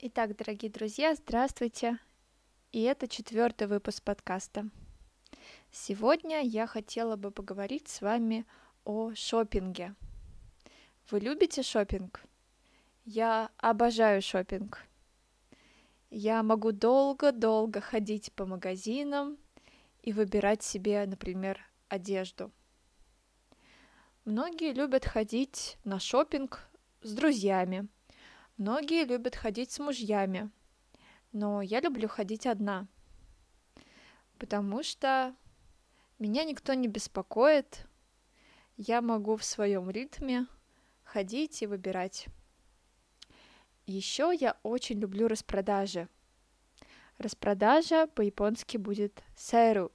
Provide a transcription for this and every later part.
Итак, дорогие друзья, здравствуйте! И это 4-й выпуск подкаста. Сегодня я хотела бы поговорить с вами о шопинге. Вы любите шопинг? Я обожаю шопинг. Я могу долго-долго ходить по магазинам и выбирать себе, например, одежду. Многие любят ходить на шопинг с друзьями. Многие любят ходить с мужьями. Но я люблю ходить одна, потому что меня никто не беспокоит, я могу в своем ритме ходить и выбирать. Еще я очень люблю распродажи. Распродажа по-японски будет сайру.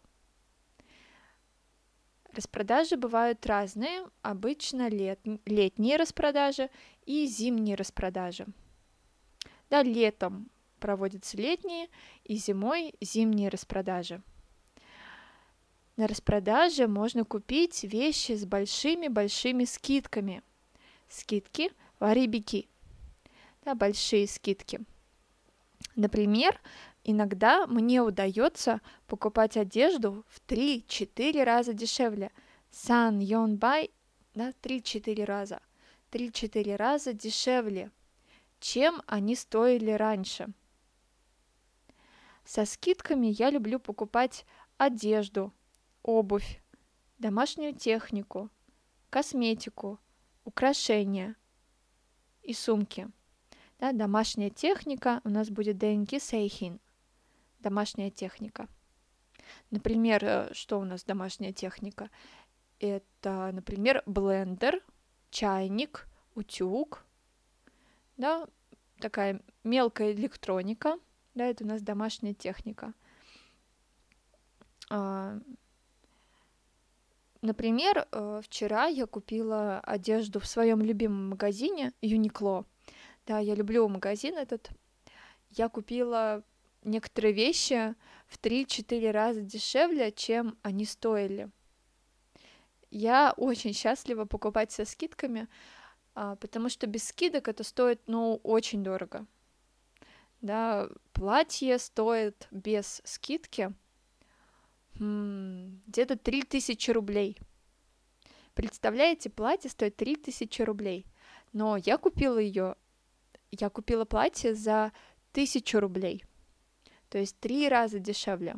Распродажи бывают разные, обычно летние распродажи и зимние распродажи. Да, летом проводятся летние и зимой зимние распродажи. На распродаже можно купить вещи с большими-большими скидками. Скидки варибики. Да, большие скидки. Например, иногда мне удается покупать одежду в 3-4 раза дешевле. Сан Йон Бай, да, 3-4 раза. 3-4 раза дешевле, чем они стоили раньше. Со скидками я люблю покупать одежду, обувь, домашнюю технику, косметику, украшения и сумки. Да, домашняя техника у нас будет денки сейхин. Домашняя техника. Например, что у нас домашняя техника? Это, например, блендер, чайник, утюг, да, такая мелкая электроника, да, это у нас домашняя техника. Например, вчера я купила одежду в своем любимом магазине Uniqlo. Да, я люблю магазин этот. Я купила некоторые вещи в 3-4 раза дешевле, чем они стоили. Я очень счастлива покупать со скидками, потому что без скидок это стоит, очень дорого. Да, платье стоит без скидки где-то 3000 рублей. Представляете, платье стоит 3000 рублей, но я купила платье за 1000 рублей, то есть 3 раза дешевле.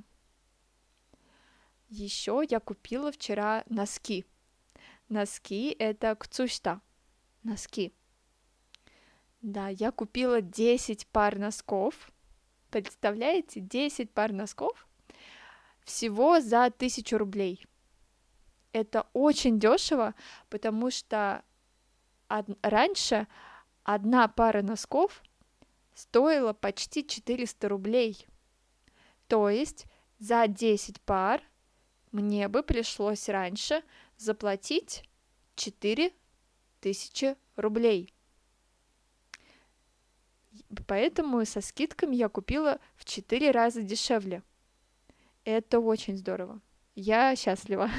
Еще я купила вчера носки. Носки — это кцушта, носки. Да, я купила 10 пар носков. Представляете, 10 пар носков всего за 1000 рублей. Это очень дешево, потому что раньше одна пара носков стоила почти 400 рублей. То есть за 10 пар мне бы пришлось раньше заплатить 4000 рублей. Поэтому со скидками я купила в 4 раза дешевле. Это очень здорово. Я счастлива.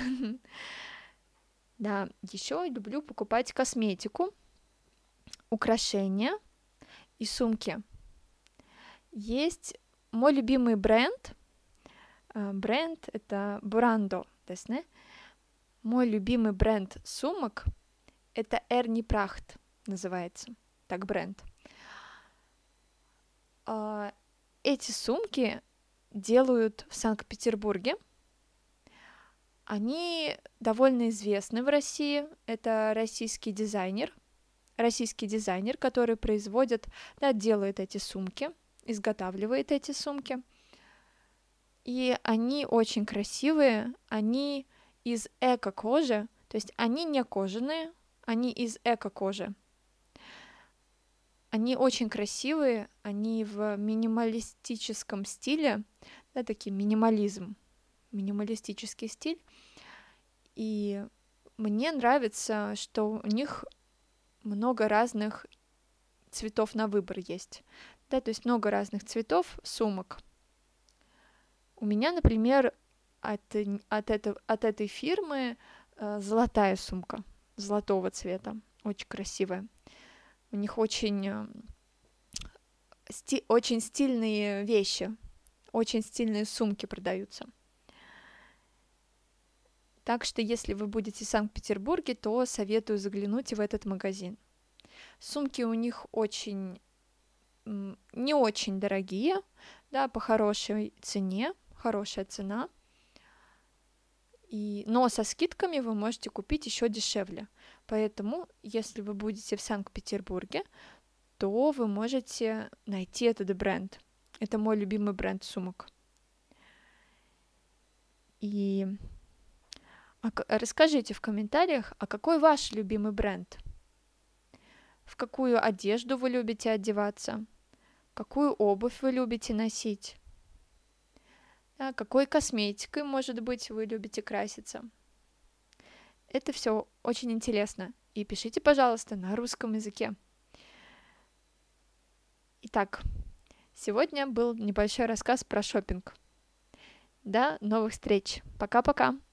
Да, еще люблю покупать косметику, украшения и сумки. Есть мой любимый бренд. Бренд — это Burando, десне. Мой любимый бренд сумок — это Ernie Pracht, называется так бренд. Эти сумки делают в Санкт-Петербурге. Они довольно известны в России. Это российский дизайнер, который делает эти сумки, изготавливает эти сумки. И они очень красивые, они из эко-кожи, то есть они не кожаные, они из эко-кожи. Они очень красивые, они в минималистическом стиле, да, такой минималистический стиль. И мне нравится, что у них много разных цветов на выбор есть. Да, то есть много разных цветов сумок. У меня, например, от этой фирмы золотая сумка, золотого цвета, очень красивая. У них очень очень стильные вещи, очень стильные сумки продаются. Так что, если вы будете в Санкт-Петербурге, то советую заглянуть в этот магазин. Сумки у них не очень дорогие, да, по хорошей цене, хорошая цена. Но со скидками вы можете купить еще дешевле. Поэтому, если вы будете в Санкт-Петербурге, то вы можете найти этот бренд. Это мой любимый бренд сумок. И расскажите в комментариях, а какой ваш любимый бренд? В какую одежду вы любите одеваться? Какую обувь вы любите носить? Да, какой косметикой, может быть, вы любите краситься? Это все очень интересно. И пишите, пожалуйста, на русском языке. Итак, сегодня был небольшой рассказ про шопинг. До новых встреч. Пока-пока.